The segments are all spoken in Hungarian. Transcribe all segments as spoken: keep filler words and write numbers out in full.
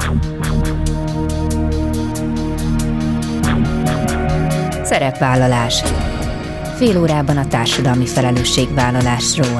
Szerepvállalás. Fél órában a társadalmi felelősségvállalásról.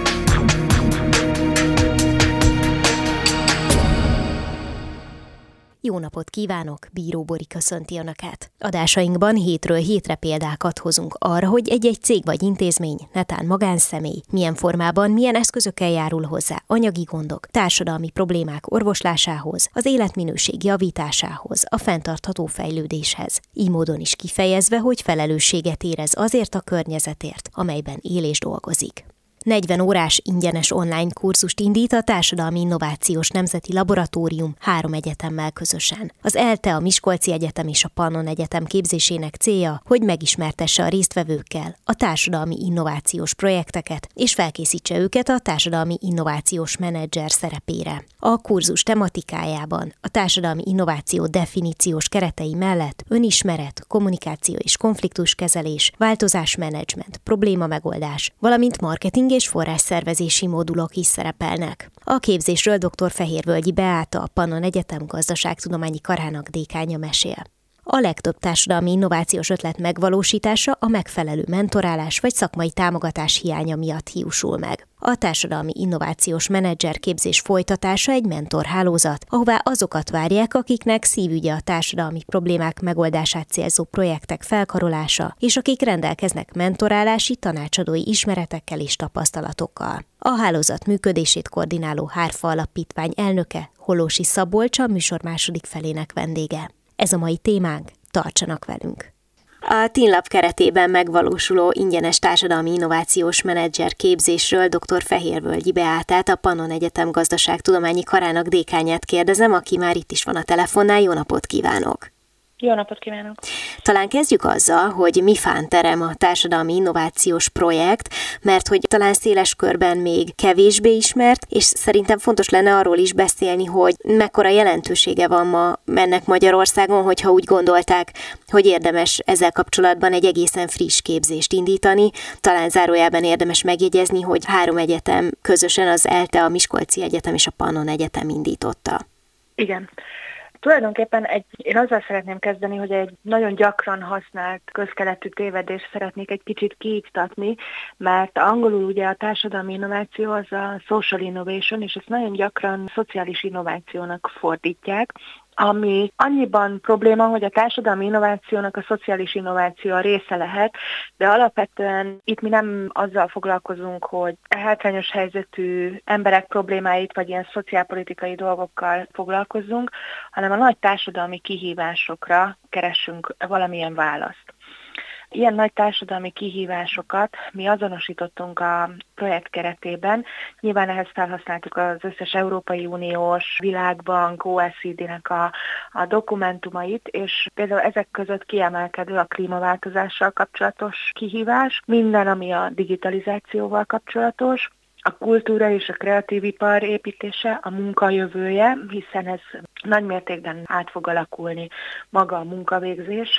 Jó napot kívánok, Bíró Bori köszönti Önöket. Adásainkban hétről hétre példákat hozunk arra, hogy egy-egy cég vagy intézmény, netán magánszemély, milyen formában, milyen eszközökkel járul hozzá anyagi gondok, társadalmi problémák orvoslásához, az életminőség javításához, a fenntartható fejlődéshez. Így módon is kifejezve, hogy felelősséget érez azért a környezetért, amelyben él és dolgozik. negyven órás ingyenes online kurzust indít a Társadalmi Innovációs Nemzeti Laboratórium három egyetemmel közösen. Az ELTE, a Miskolci Egyetem és a Pannon Egyetem képzésének célja, hogy megismertesse a résztvevőkkel a társadalmi innovációs projekteket, és felkészítse őket a társadalmi innovációs menedzser szerepére. A kurzus tematikájában a társadalmi innováció definíciós keretei mellett önismeret, kommunikáció és konfliktuskezelés, változásmenedzsment, problémamegoldás, valamint marketing és forrásszervezési modulok is szerepelnek. A képzésről dr. Fehérvölgyi Beáta, a Pannon Egyetem Gazdaságtudományi Karának dékánya mesél. A legtöbb társadalmi innovációs ötlet megvalósítása a megfelelő mentorálás vagy szakmai támogatás hiánya miatt hiúsul meg. A társadalmi innovációs menedzser képzés folytatása egy mentorhálózat, ahová azokat várják, akiknek szívügye a társadalmi problémák megoldását célzó projektek felkarolása, és akik rendelkeznek mentorálási, tanácsadói ismeretekkel és tapasztalatokkal. A hálózat működését koordináló Hárfa Alapítvány elnöke, Hollósi Szabolcs, a műsor második felének vendége. Ez a mai témánk, tartsanak velünk! A TINLAB keretében megvalósuló ingyenes társadalmi innovációs menedzser képzésről dr. Fehérvölgyi Beátát, a Pannon Egyetem Gazdaságtudományi Karának dékányát kérdezem, aki már itt is van a telefonnál. Jó napot kívánok! Jó napot kívánok! Talán kezdjük azzal, hogy mi fánterem a társadalmi innovációs projekt, mert hogy talán széles körben még kevésbé ismert, és szerintem fontos lenne arról is beszélni, hogy mekkora jelentősége van ma ennek Magyarországon, hogyha úgy gondolták, hogy érdemes ezzel kapcsolatban egy egészen friss képzést indítani. Talán zárójában érdemes megjegyezni, hogy három egyetem közösen, az ELTE, a Miskolci Egyetem és a Pannon Egyetem indította. Igen. Tulajdonképpen egy, én azzal szeretném kezdeni, hogy egy nagyon gyakran használt közkeletű tévedést szeretnék egy kicsit kiiktatni, mert angolul ugye a társadalmi innováció az a social innovation, és ezt nagyon gyakran szociális innovációnak fordítják, ami annyiban probléma, hogy a társadalmi innovációnak a szociális innováció a része lehet, de alapvetően itt mi nem azzal foglalkozunk, hogy hátrányos helyzetű emberek problémáit, vagy ilyen szociálpolitikai dolgokkal foglalkozzunk, hanem a nagy társadalmi kihívásokra keressünk valamilyen választ. Ilyen nagy társadalmi kihívásokat mi azonosítottunk a projekt keretében. Nyilván ehhez felhasználtuk az összes Európai Uniós, Világbank, o e cé dé-nek a, a dokumentumait, és például ezek között kiemelkedő a klímaváltozással kapcsolatos kihívás, minden, ami a digitalizációval kapcsolatos, a kultúra és a kreatív ipar építése, a munkajövője, hiszen ez nagy mértékben át fog alakulni maga a munkavégzés,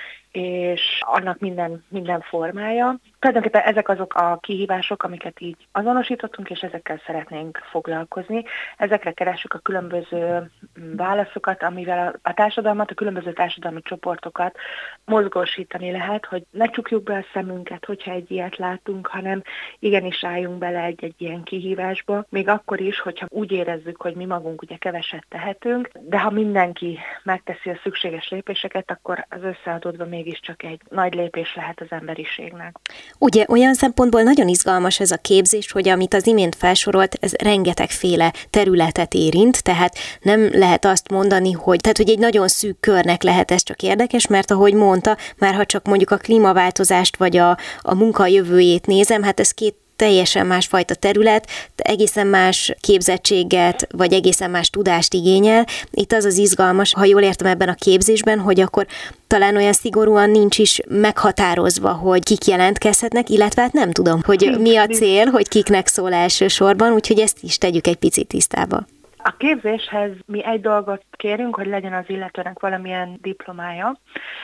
és annak minden, minden formája. Tulajdonképpen ezek azok a kihívások, amiket így azonosítottunk, és ezekkel szeretnénk foglalkozni. Ezekre keressük a különböző válaszokat, amivel a társadalmat, a különböző társadalmi csoportokat mozgósítani lehet, hogy ne csukjuk be a szemünket, hogyha egy ilyet látunk, hanem igenis álljunk bele egy-egy ilyen kihívásba, még akkor is, hogyha úgy érezzük, hogy mi magunk ugye keveset tehetünk, de ha mindenki megteszi a szükséges lépéseket, akkor az összeadódva mégiscsak egy nagy lépés lehet az emberiségnek. Ugye olyan szempontból nagyon izgalmas ez a képzés, hogy amit az imént felsorolt, ez rengetegféle területet érint, tehát nem lehet azt mondani, hogy, tehát, hogy egy nagyon szűk körnek lehet ez csak érdekes, mert ahogy mondta, már ha csak mondjuk a klímaváltozást vagy a, a munka jövőjét nézem, hát ez két teljesen másfajta terület, egészen más képzettséget, vagy egészen más tudást igényel. Itt az az izgalmas, ha jól értem ebben a képzésben, hogy akkor talán olyan szigorúan nincs is meghatározva, hogy kik jelentkezhetnek, illetve hát nem tudom, hogy mi a cél, hogy kiknek szól elsősorban, úgyhogy ezt is tegyük egy picit tisztába. A képzéshez mi egy dolgot kérünk, hogy legyen az illetőnek valamilyen diplomája.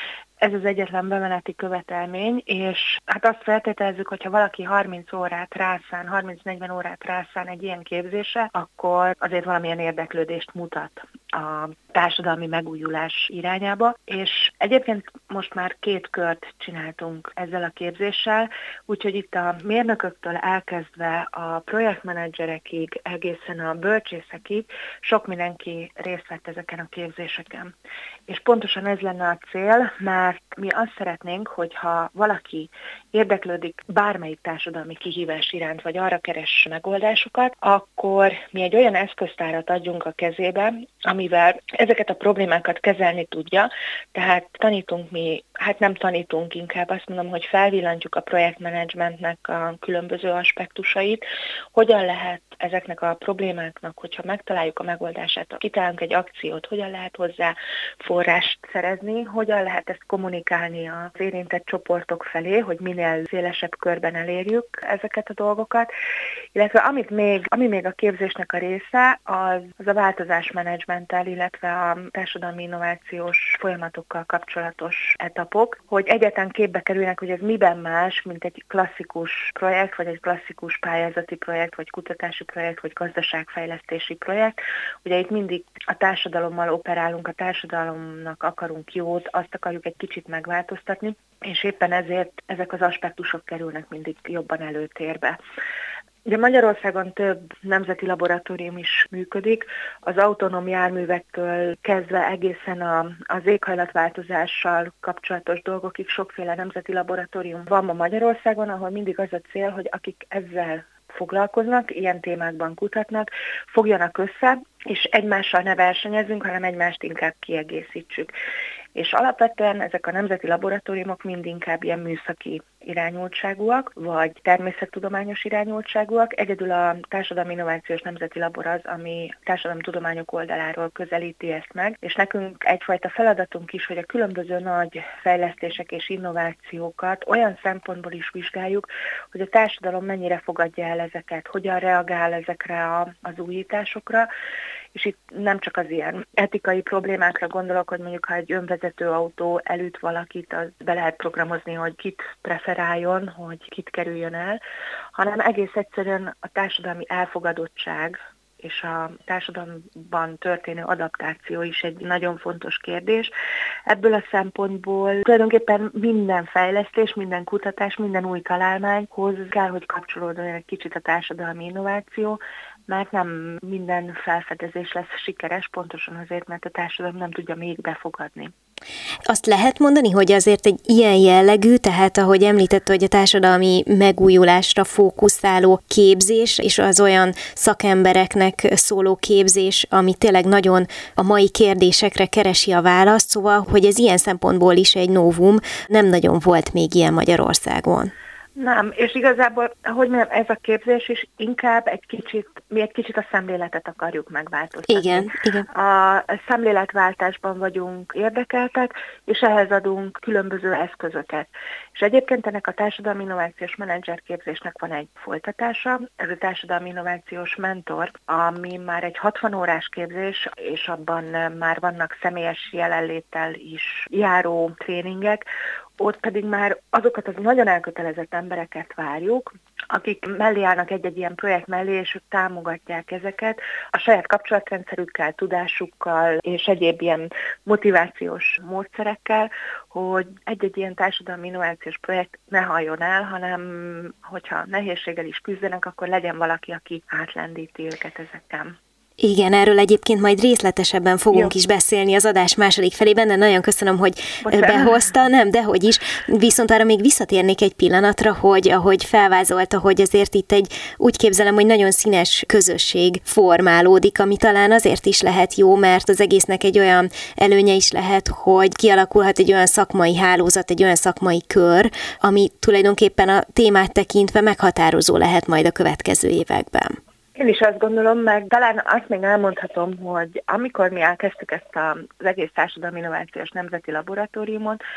ez az egyetlen bemeneti követelmény, és hát azt feltételezzük, hogyha valaki harminc órát rászán, harminc-negyven órát rászán egy ilyen képzésre, akkor azért valamilyen érdeklődést mutat a társadalmi megújulás irányába, és egyébként most már két kört csináltunk ezzel a képzéssel, úgyhogy itt a mérnököktől elkezdve a projektmenedzserekig, egészen a bölcsészekig sok mindenki részt vett ezeken a képzéseken. És pontosan ez lenne a cél, mert mi azt szeretnénk, hogyha valaki érdeklődik bármelyik társadalmi kihívás iránt, vagy arra keres megoldásokat, akkor mi egy olyan eszköztárat adjunk a kezébe, amivel ezeket a problémákat kezelni tudja, tehát tanítunk mi, hát nem tanítunk, inkább azt mondom, hogy felvillantjuk a projektmenedzsmentnek a különböző aspektusait, hogyan lehet ezeknek a problémáknak, hogyha megtaláljuk a megoldását, kitalálunk egy akciót, hogyan lehet hozzá forrást szerezni, hogyan lehet ezt kommunikálni az érintett csoportok felé, hogy minél szélesebb körben elérjük ezeket a dolgokat, illetve amit még, ami még a képzésnek a része, az, az a változásmenedzsmenttel, illetve a társadalmi innovációs folyamatokkal kapcsolatos etapok, hogy egyáltalán képbe kerülnek, hogy ez miben más, mint egy klasszikus projekt, vagy egy klasszikus pályázati projekt, vagy kutatási projekt, vagy gazdaságfejlesztési projekt. Ugye itt mindig a társadalommal operálunk, a társadalomnak akarunk jót, azt akarjuk egy kicsit megváltoztatni, és éppen ezért ezek az aspektusok kerülnek mindig jobban előtérbe. Ugye Magyarországon több nemzeti laboratórium is működik, az autonóm járművektől kezdve egészen a, az éghajlatváltozással kapcsolatos dolgokig sokféle nemzeti laboratórium van ma Magyarországon, ahol mindig az a cél, hogy akik ezzel foglalkoznak, ilyen témákban kutatnak, fogjanak össze, és egymással ne versenyezünk, hanem egymást inkább kiegészítsük. És alapvetően ezek a nemzeti laboratóriumok mind inkább ilyen műszaki irányultságúak, vagy természettudományos irányultságúak. Egyedül a Társadalmi Innovációs Nemzeti Labor az, ami társadalomtudományok oldaláról közelíti ezt meg, és nekünk egyfajta feladatunk is, hogy a különböző nagy fejlesztések és innovációkat olyan szempontból is vizsgáljuk, hogy a társadalom mennyire fogadja el ezeket, hogyan reagál ezekre a, az újításokra, és itt nem csak az ilyen etikai problémákra gondolok, hogy mondjuk ha egy önvezető autó elüt valakit, az be lehet programozni, hogy kit preferáljon, hogy kit kerüljön el, hanem egész egyszerűen a társadalmi elfogadottság és a társadalomban történő adaptáció is egy nagyon fontos kérdés. Ebből a szempontból tulajdonképpen minden fejlesztés, minden kutatás, minden új találmányhoz kell, hogy kapcsolódjon egy kicsit a társadalmi innováció, mert nem minden felfedezés lesz sikeres, pontosan azért, mert a társadalom nem tudja még befogadni. Azt lehet mondani, hogy azért egy ilyen jellegű, tehát ahogy említette, hogy a társadalmi megújulásra fókuszáló képzés, és az olyan szakembereknek szóló képzés, ami tényleg nagyon a mai kérdésekre keresi a választ, szóval, hogy ez ilyen szempontból is egy novum, nem nagyon volt még ilyen Magyarországon. Nem, és igazából, hogy mondjam, ez a képzés is inkább egy kicsit, mi egy kicsit a szemléletet akarjuk megváltoztatni. Igen, igen. A szemléletváltásban vagyunk érdekeltek, és ehhez adunk különböző eszközöket. És egyébként ennek a társadalmi innovációs menedzserképzésnek van egy folytatása, ez a társadalmi innovációs mentor, ami már egy hatvan órás képzés, és abban már vannak személyes jelenléttel is járó tréningek, ott pedig már azokat az nagyon elkötelezett embereket várjuk, akik mellé állnak egy-egy ilyen projekt mellé, és ők támogatják ezeket a saját kapcsolatrendszerükkel, tudásukkal és egyéb ilyen motivációs módszerekkel, hogy egy-egy ilyen társadalmi innovációs projekt ne halljon el, hanem hogyha nehézséggel is küzdenek, akkor legyen valaki, aki átlendíti őket ezeken. Igen, erről egyébként majd részletesebben fogunk Jó. is beszélni az adás második felében, de nagyon köszönöm, hogy Bocsánat. behozta, nem, dehogy is. Viszont arra még visszatérnék egy pillanatra, hogy ahogy felvázolta, hogy azért itt egy, úgy képzelem, hogy nagyon színes közösség formálódik, ami talán azért is lehet jó, mert az egésznek egy olyan előnye is lehet, hogy kialakulhat egy olyan szakmai hálózat, egy olyan szakmai kör, ami tulajdonképpen a témát tekintve meghatározó lehet majd a következő években. Én is azt gondolom, meg talán azt még elmondhatom, hogy amikor mi elkezdtük ezt az egész társadalmi innovációs nemzeti laboratóriumot,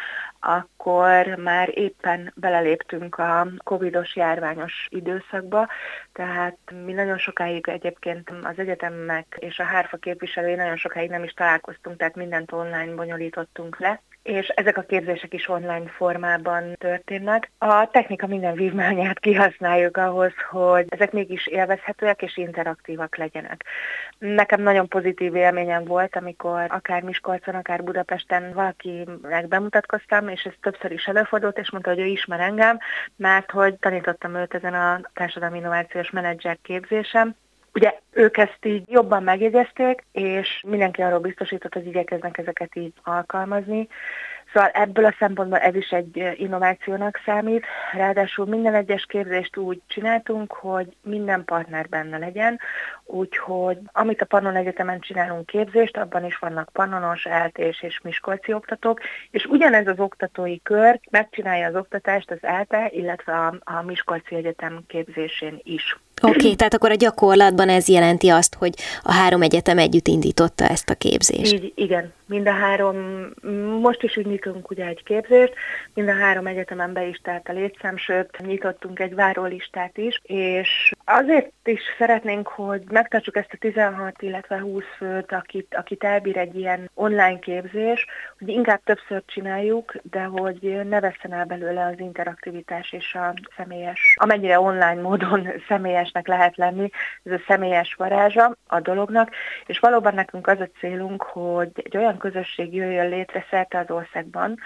akkor már éppen beleléptünk a covidos járványos időszakba, tehát mi nagyon sokáig egyébként az egyetemek és a hárfa képviselői nagyon sokáig nem is találkoztunk, tehát mindent online bonyolítottunk le, és ezek a képzések is online formában történnek. A technika minden vívmányát kihasználjuk ahhoz, hogy ezek mégis élvezhetőek és interaktívak legyenek. Nekem nagyon pozitív élményem volt, amikor akár Miskolcon, akár Budapesten valakinek bemutatkoztam, és ez többször is előfordult, és mondta, hogy ő ismer engem, mert hogy tanítottam őt ezen a társadalmi innovációs menedzser képzésem. Ugye ők ezt így jobban megjegyezték, és mindenki arról biztosított, hogy igyekeznek ezeket így alkalmazni. Szóval ebből a szempontból ez is egy innovációnak számít. Ráadásul minden egyes képzést úgy csináltunk, hogy minden partner benne legyen, úgyhogy amit a Pannon Egyetemen csinálunk képzést, abban is vannak pannonos, eltés és miskolci oktatók, és ugyanez az oktatói kör megcsinálja az oktatást az ELTE, illetve a, a Miskolci Egyetem képzésén is. Oké, okay, tehát akkor a gyakorlatban ez jelenti azt, hogy a három egyetem együtt indította ezt a képzést. Így, igen, mind a három, most is úgy nyitunk ugye egy képzést, mind a három egyetemen be is telt a létszám, sőt, nyitottunk egy várólistát is, és azért is szeretnénk, hogy megtartsuk ezt a tizenhat, illetve húsz főt, akit, akit elbír egy ilyen online képzés, hogy inkább többször csináljuk, de hogy ne vesszen el belőle az interaktivitás és a személyes, amennyire online módon személyesnek lehet lenni, ez a személyes varázsa a dolognak, és valóban nekünk az a célunk, hogy egy olyan közösség jöjjön létre szerte az országban,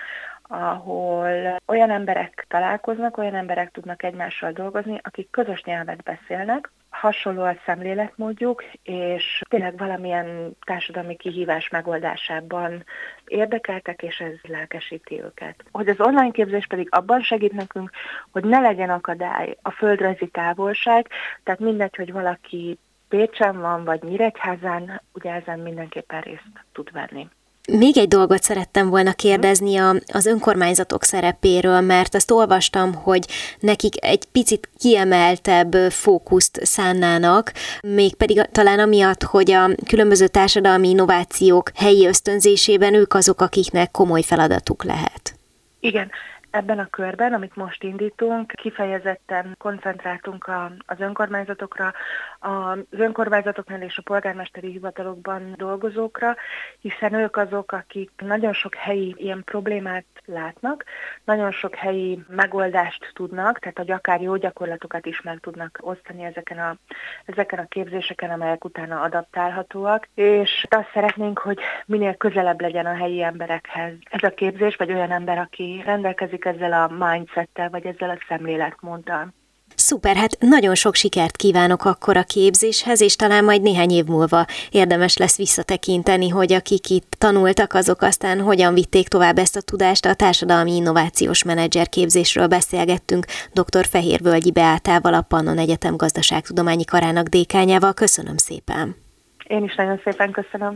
ahol olyan emberek találkoznak, olyan emberek tudnak egymással dolgozni, akik közös nyelvet beszélnek, hasonló a szemléletmódjuk, és tényleg valamilyen társadalmi kihívás megoldásában érdekeltek, és ez lelkesíti őket. Hogy az online képzés pedig abban segít nekünk, hogy ne legyen akadály a földrajzi távolság, tehát mindegy, hogy valaki Pécsen van, vagy Nyíregyházán, ugye ezen mindenképpen részt tud venni. Még egy dolgot szerettem volna kérdezni a, az önkormányzatok szerepéről, mert azt olvastam, hogy nekik egy picit kiemeltebb fókuszt szánnának, mégpedig talán amiatt, hogy a különböző társadalmi innovációk helyi ösztönzésében ők azok, akiknek komoly feladatuk lehet. Igen. Ebben a körben, amit most indítunk, kifejezetten koncentráltunk a, az önkormányzatokra, az önkormányzatoknál és a polgármesteri hivatalokban dolgozókra, hiszen ők azok, akik nagyon sok helyi ilyen problémát látnak, nagyon sok helyi megoldást tudnak, tehát hogy akár jó gyakorlatokat is meg tudnak osztani ezeken a, ezeken a képzéseken, amelyek utána adaptálhatóak, és azt szeretnénk, hogy minél közelebb legyen a helyi emberekhez ez a képzés, vagy olyan ember, aki rendelkezik ezzel a mindsettel, vagy ezzel a szemléletmóddal. Szuper, hát nagyon sok sikert kívánok akkor a képzéshez, és talán majd néhány év múlva érdemes lesz visszatekinteni, hogy akik itt tanultak, azok aztán hogyan vitték tovább ezt a tudást. A társadalmi innovációs menedzser képzésről beszélgettünk dr. Fehérvölgyi Beátával, a Pannon Egyetem gazdaságtudományi karának dékányával. Köszönöm szépen! Én is nagyon szépen köszönöm!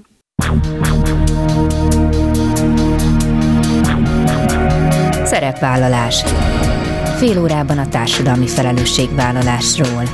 Szerepvállalás. Fél órában a társadalmi felelősségvállalásról.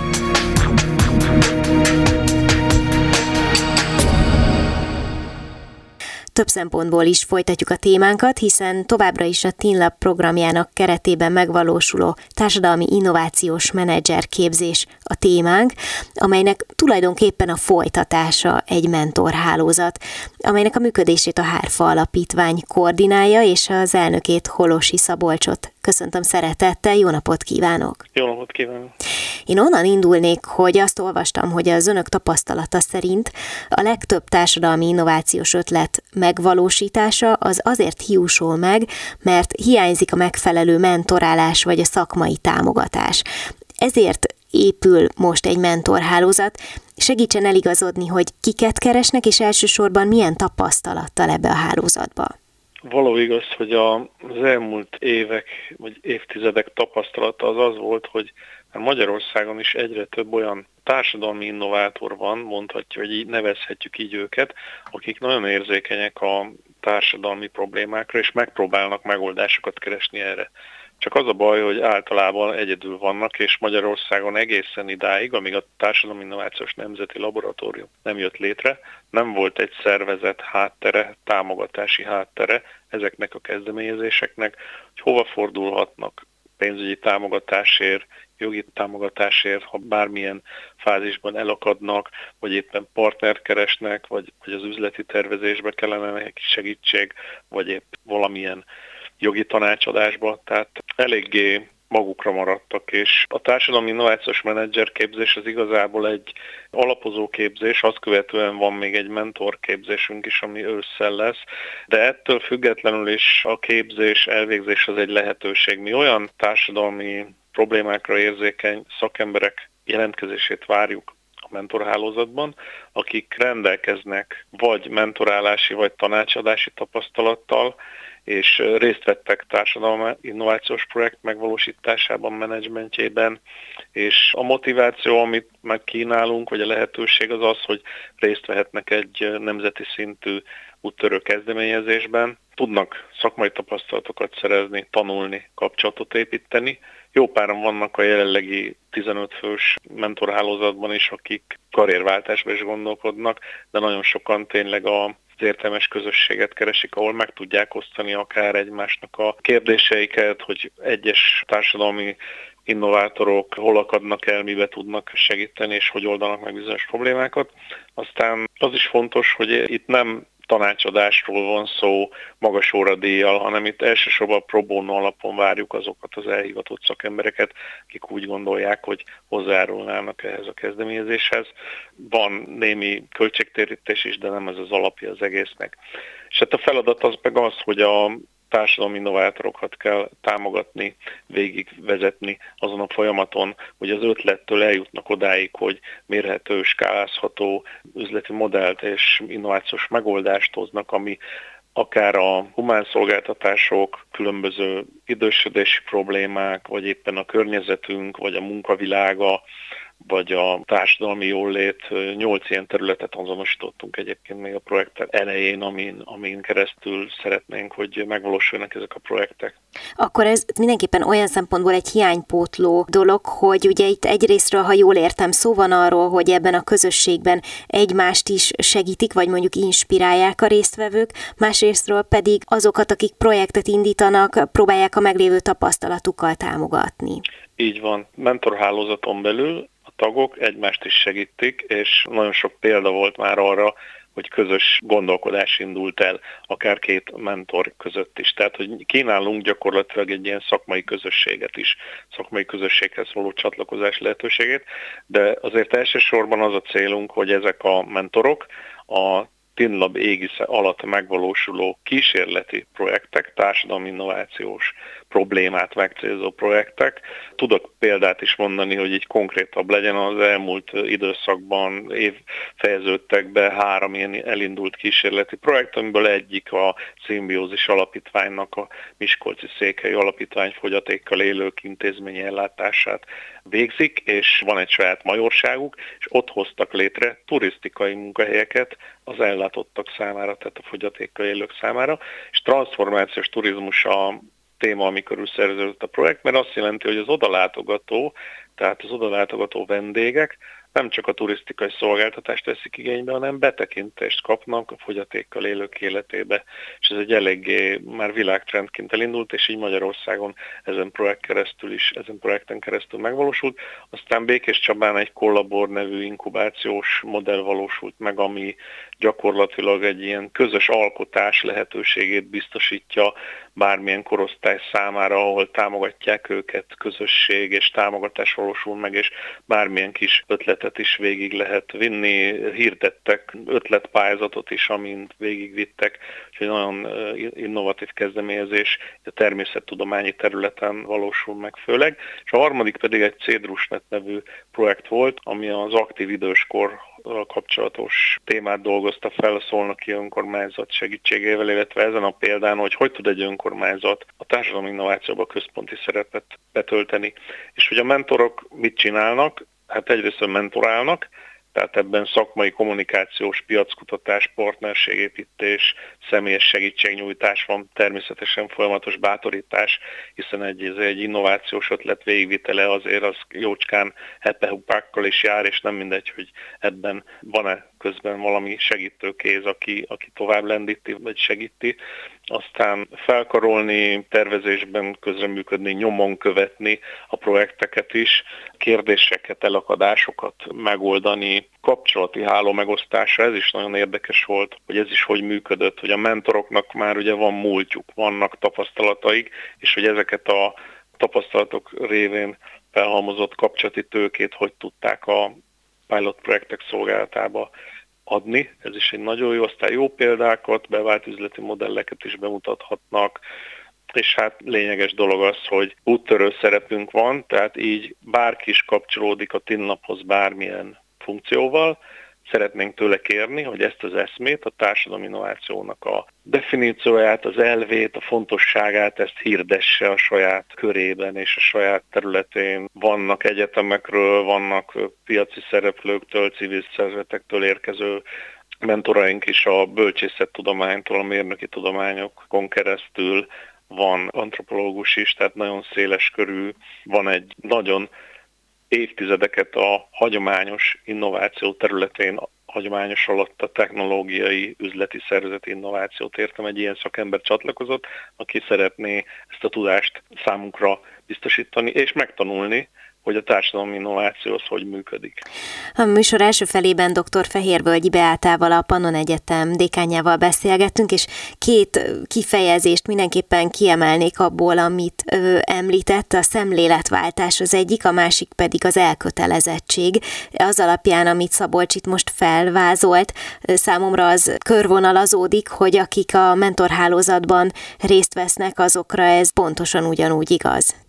Több szempontból is folytatjuk a témánkat, hiszen továbbra is a TeenLab programjának keretében megvalósuló társadalmi innovációs menedzser képzés a témánk, amelynek tulajdonképpen a folytatása egy mentorhálózat, amelynek a működését a Hárfa Alapítvány koordinálja, és az elnökét, Holosi Szabolcsot köszöntöm szeretettel, jó napot kívánok! Jó napot kívánok! Én onnan indulnék, hogy azt olvastam, hogy az önök tapasztalata szerint a legtöbb társadalmi innovációs ötlet megvalósítása az azért hiúsul meg, mert hiányzik a megfelelő mentorálás vagy a szakmai támogatás. Ezért épül most egy mentorhálózat, segítsen eligazodni, hogy kiket keresnek, és elsősorban milyen tapasztalattal ebbe a hálózatba. Való igaz, hogy az elmúlt évek vagy évtizedek tapasztalata az az volt, hogy Magyarországon is egyre több olyan társadalmi innovátor van, mondhatja, hogy így nevezhetjük így őket, akik nagyon érzékenyek a társadalmi problémákra, és megpróbálnak megoldásokat keresni erre. Csak az a baj, hogy általában egyedül vannak, és Magyarországon egészen idáig, amíg a Társadalmi Innovációs Nemzeti Laboratórium nem jött létre, nem volt egy szervezet háttere, támogatási háttere ezeknek a kezdeményezéseknek, hogy hova fordulhatnak pénzügyi támogatásért, jogi támogatásért, ha bármilyen fázisban elakadnak, vagy éppen partnert keresnek, vagy, vagy az üzleti tervezésbe kellene neki segítség, vagy épp valamilyen jogi tanácsadásba, tehát eléggé magukra maradtak, és a társadalmi innovációs menedzser képzés az igazából egy alapozó képzés, azt követően van még egy mentor képzésünk is, ami ősszel lesz, de ettől függetlenül is a képzés, elvégzés az egy lehetőség. Mi olyan társadalmi problémákra érzékeny szakemberek jelentkezését várjuk a mentorhálózatban, akik rendelkeznek vagy mentorálási, vagy tanácsadási tapasztalattal, és részt vettek társadalmi innovációs projekt megvalósításában, menedzsmentjében, és a motiváció, amit megkínálunk, vagy a lehetőség az az, hogy részt vehetnek egy nemzeti szintű úttörő kezdeményezésben, tudnak szakmai tapasztalatokat szerezni, tanulni, kapcsolatot építeni. Jó páran vannak a jelenlegi tizenöt fős mentorhálózatban is, akik karrierváltásba is gondolkodnak, de nagyon sokan tényleg a az értelmes közösséget keresik, ahol meg tudják osztani akár egymásnak a kérdéseiket, hogy egyes társadalmi innovátorok hol akadnak el, mibe tudnak segíteni, és hogy oldanak meg bizonyos problémákat. Aztán az is fontos, hogy itt nem tanácsadásról van szó magas óradíjjal, hanem itt elsősorban pro bono alapon várjuk azokat az elhivatott szakembereket, akik úgy gondolják, hogy hozzájárulnának ehhez a kezdeményezéshez. Van némi költségtérítés is, de nem ez az alapja az egésznek. És hát a feladat az meg az, hogy a társadalmi innovátorokat kell támogatni, végigvezetni azon a folyamaton, hogy az ötlettől eljutnak odáig, hogy mérhető, skálázható üzleti modellt és innovációs megoldást hoznak, ami akár a humán szolgáltatások, különböző idősödési problémák, vagy éppen a környezetünk, vagy a munkavilága, vagy a társadalmi jólét, nyolc ilyen területet azonosítottunk egyébként még a projektek elején, amin, amin keresztül szeretnénk, hogy megvalósuljanak ezek a projektek. Akkor ez mindenképpen olyan szempontból egy hiánypótló dolog, hogy ugye itt egyrésztről, ha jól értem, szó van arról, hogy ebben a közösségben egymást is segítik, vagy mondjuk inspirálják a résztvevők, másrésztről pedig azokat, akik projektet indítanak, próbálják a meglévő tapasztalatukkal támogatni. Így van. Mentorhálózaton belül a tagok egymást is segítik, és nagyon sok példa volt már arra, hogy közös gondolkodás indult el, akár két mentor között is. Tehát, hogy kínálunk gyakorlatilag egy ilyen szakmai közösséget is, szakmai közösséghez való csatlakozás lehetőségét, de azért elsősorban az a célunk, hogy ezek a mentorok a TINLAB égisze alatt megvalósuló kísérleti projektek, társadalmi innovációs problémát megcélzó projektek. Tudok példát is mondani, hogy így konkrétabb legyen. Az elmúlt időszakban év fejeződtek be három ilyen elindult kísérleti projekt, amiből egyik a Szimbiózis Alapítványnak, a Miskolci Székely Alapítvány fogyatékkal élők intézményi ellátását végzik, és van egy saját majorságuk, és ott hoztak létre turisztikai munkahelyeket az ellátottak számára, tehát a fogyatékkal élők számára, és transformációs turizmus a téma, ami körül szerveződött a projekt, mert azt jelenti, hogy az odalátogató, tehát az odalátogató vendégek nem csak a turisztikai szolgáltatást veszik igénybe, hanem betekintést kapnak a fogyatékkal élők életébe. És ez egy eléggé már világtrendként elindult, és így Magyarországon ezen projekt keresztül is, ezen projekten keresztül megvalósult. Aztán Békéscsabán egy Kollabor nevű inkubációs modell valósult meg, ami gyakorlatilag egy ilyen közös alkotás lehetőségét biztosítja bármilyen korosztály számára, ahol támogatják őket, közösség és támogatás valósul meg, és bármilyen kis ötletet is végig lehet vinni, hirdettek ötletpályázatot is, amint végigvittek, úgyhogy nagyon innovatív kezdeményezés a természettudományi területen valósul meg főleg. És a harmadik pedig egy Cédrusnet nevű projekt volt, ami az aktív időskor kapcsolatos témát dolgozta fel a Szolnoki Önkormányzat segítségével, illetve ezen a példán, hogy hogy tud egy önkormányzat a társadalmi innovációban központi szerepet betölteni. És hogy a mentorok mit csinálnak? Hát egyrészt mentorálnak, Tehát ebben szakmai kommunikációs, piackutatás, partnerségépítés, személyes segítségnyújtás van, természetesen folyamatos bátorítás, hiszen egy, ez egy innovációs ötlet végigvitele azért az jócskán hepehupákkal is jár, és nem mindegy, hogy ebben van-e közben valami segítőkéz, aki, aki tovább lendíti, vagy segíti. Aztán felkarolni, tervezésben közreműködni, nyomon követni a projekteket is, kérdéseket, elakadásokat megoldani, kapcsolati háló megosztása, ez is nagyon érdekes volt, hogy ez is hogy működött, hogy a mentoroknak már ugye van múltjuk, vannak tapasztalataik, és hogy ezeket a tapasztalatok révén felhalmozott kapcsolati tőkét hogy tudták a pilot projektek szolgálatába adni. Ez is egy nagyon jó, aztán jó példákat, bevált üzleti modelleket is bemutathatnak, és hát lényeges dolog az, hogy úttörő szerepünk van, tehát így bárki is kapcsolódik a TIN-laphoz bármilyen funkcióval. Szeretnénk tőle kérni, hogy ezt az eszmét, a társadalmi innovációnak a definícióját, az elvét, a fontosságát, ezt hirdesse a saját körében és a saját területén. Vannak egyetemekről, vannak piaci szereplőktől, civil szervezetektől érkező mentoraink is a bölcsészettudománytól, a mérnöki tudományokon keresztül, van antropológus is, tehát nagyon széles körű, van egy nagyon évtizedeket a hagyományos innováció területén, hagyományos alatt a technológiai, üzleti, szervezeti innovációt értem, egy ilyen szakember csatlakozott, aki szeretné ezt a tudást számunkra biztosítani és megtanulni, hogy a társadalmi innováció az hogy működik. A műsor első felében dr. Fehérvölgyi Beátával, a Pannon Egyetem dékánjával beszélgettünk, és két kifejezést mindenképpen kiemelnék abból, amit ő említett, a szemléletváltás az egyik, a másik pedig az elkötelezettség. Az alapján, amit Szabolcs itt most felvázolt, számomra az körvonalazódik, hogy akik a mentorhálózatban részt vesznek, azokra ez pontosan ugyanúgy igaz.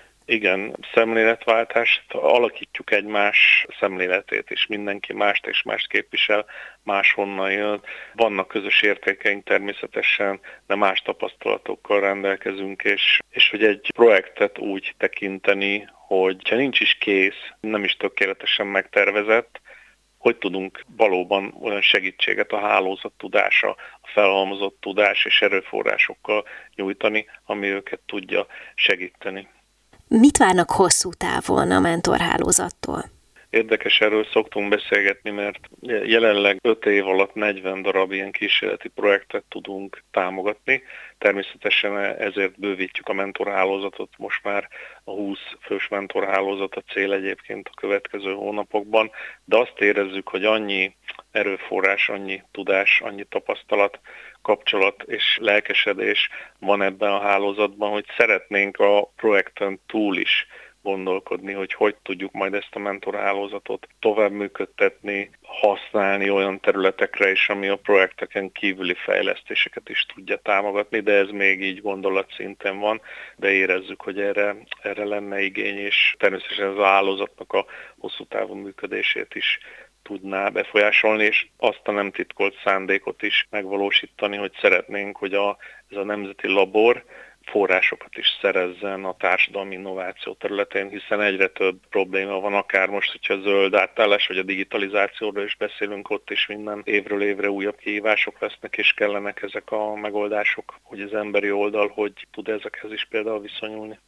Igen, szemléletváltást, alakítjuk egymás szemléletét, és mindenki mást és mást képvisel, máshonnan jön. Vannak közös értékeink természetesen, de más tapasztalatokkal rendelkezünk, és, és hogy egy projektet úgy tekinteni, hogy ha nincs is kész, nem is tökéletesen megtervezett, hogy tudunk valóban olyan segítséget a hálózat tudása, a felhalmozott tudás és erőforrásokkal nyújtani, ami őket tudja segíteni. Mit várnak hosszú távon a mentorhálózattól? Érdekes, erről szoktunk beszélgetni, mert jelenleg öt év alatt negyven darab ilyen kísérleti projektet tudunk támogatni. Természetesen ezért bővítjük a mentorhálózatot, most már a húsz fős mentorhálózat a cél egyébként a következő hónapokban, de azt érezzük, hogy annyi erőforrás, annyi tudás, annyi tapasztalat, kapcsolat és lelkesedés van ebben a hálózatban, hogy szeretnénk a projekten túl is gondolkodni, hogy hogy tudjuk majd ezt a mentorhálózatot tovább működtetni, használni olyan területekre is, ami a projekteken kívüli fejlesztéseket is tudja támogatni, de ez még így gondolatszinten van, de érezzük, hogy erre, erre lenne igény, és természetesen ez a hálózatnak a hosszú távú működését is tudná befolyásolni, és azt a nem titkolt szándékot is megvalósítani, hogy szeretnénk, hogy a, ez a nemzeti labor forrásokat is szerezzen a társadalmi innováció területén, hiszen egyre több probléma van, akár most, hogyha a zöld átállás vagy a digitalizációról is beszélünk, ott is minden évről évre újabb kihívások lesznek, és kellenek ezek a megoldások, hogy az emberi oldal hogy tud ezekhez is például viszonyulni.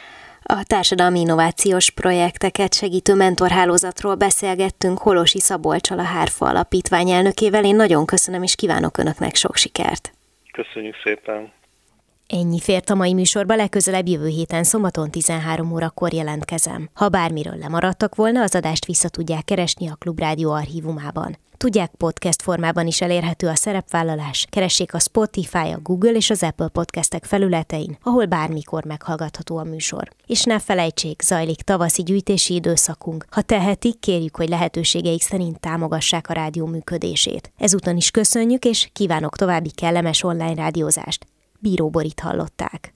A társadalmi innovációs projekteket segítő mentorhálózatról beszélgettünk Holosi Szabolccsal, a Hárfa Alapítvány elnökével. Én nagyon köszönöm, és kívánok Önöknek sok sikert. Köszönjük szépen! Ennyi fért a mai műsorba, legközelebb jövő héten szombaton tizenhárom órakor jelentkezem. Ha bármiről lemaradtak volna, az adást vissza tudják keresni a Klubrádió archívumában. Tudják, podcast formában is elérhető a szerepvállalás. Keressék a Spotify, a Google és az Apple podcastek felületein, ahol bármikor meghallgatható a műsor. És ne felejtsék, zajlik tavaszi gyűjtési időszakunk. Ha tehetik, kérjük, hogy lehetőségeik szerint támogassák a rádió működését. Ezúton is köszönjük, és kívánok további kellemes online rádiózást. Bíró Borit hallották.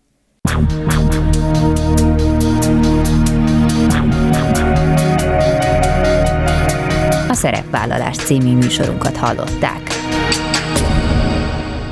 A Szerepvállalás című műsorunkat hallották.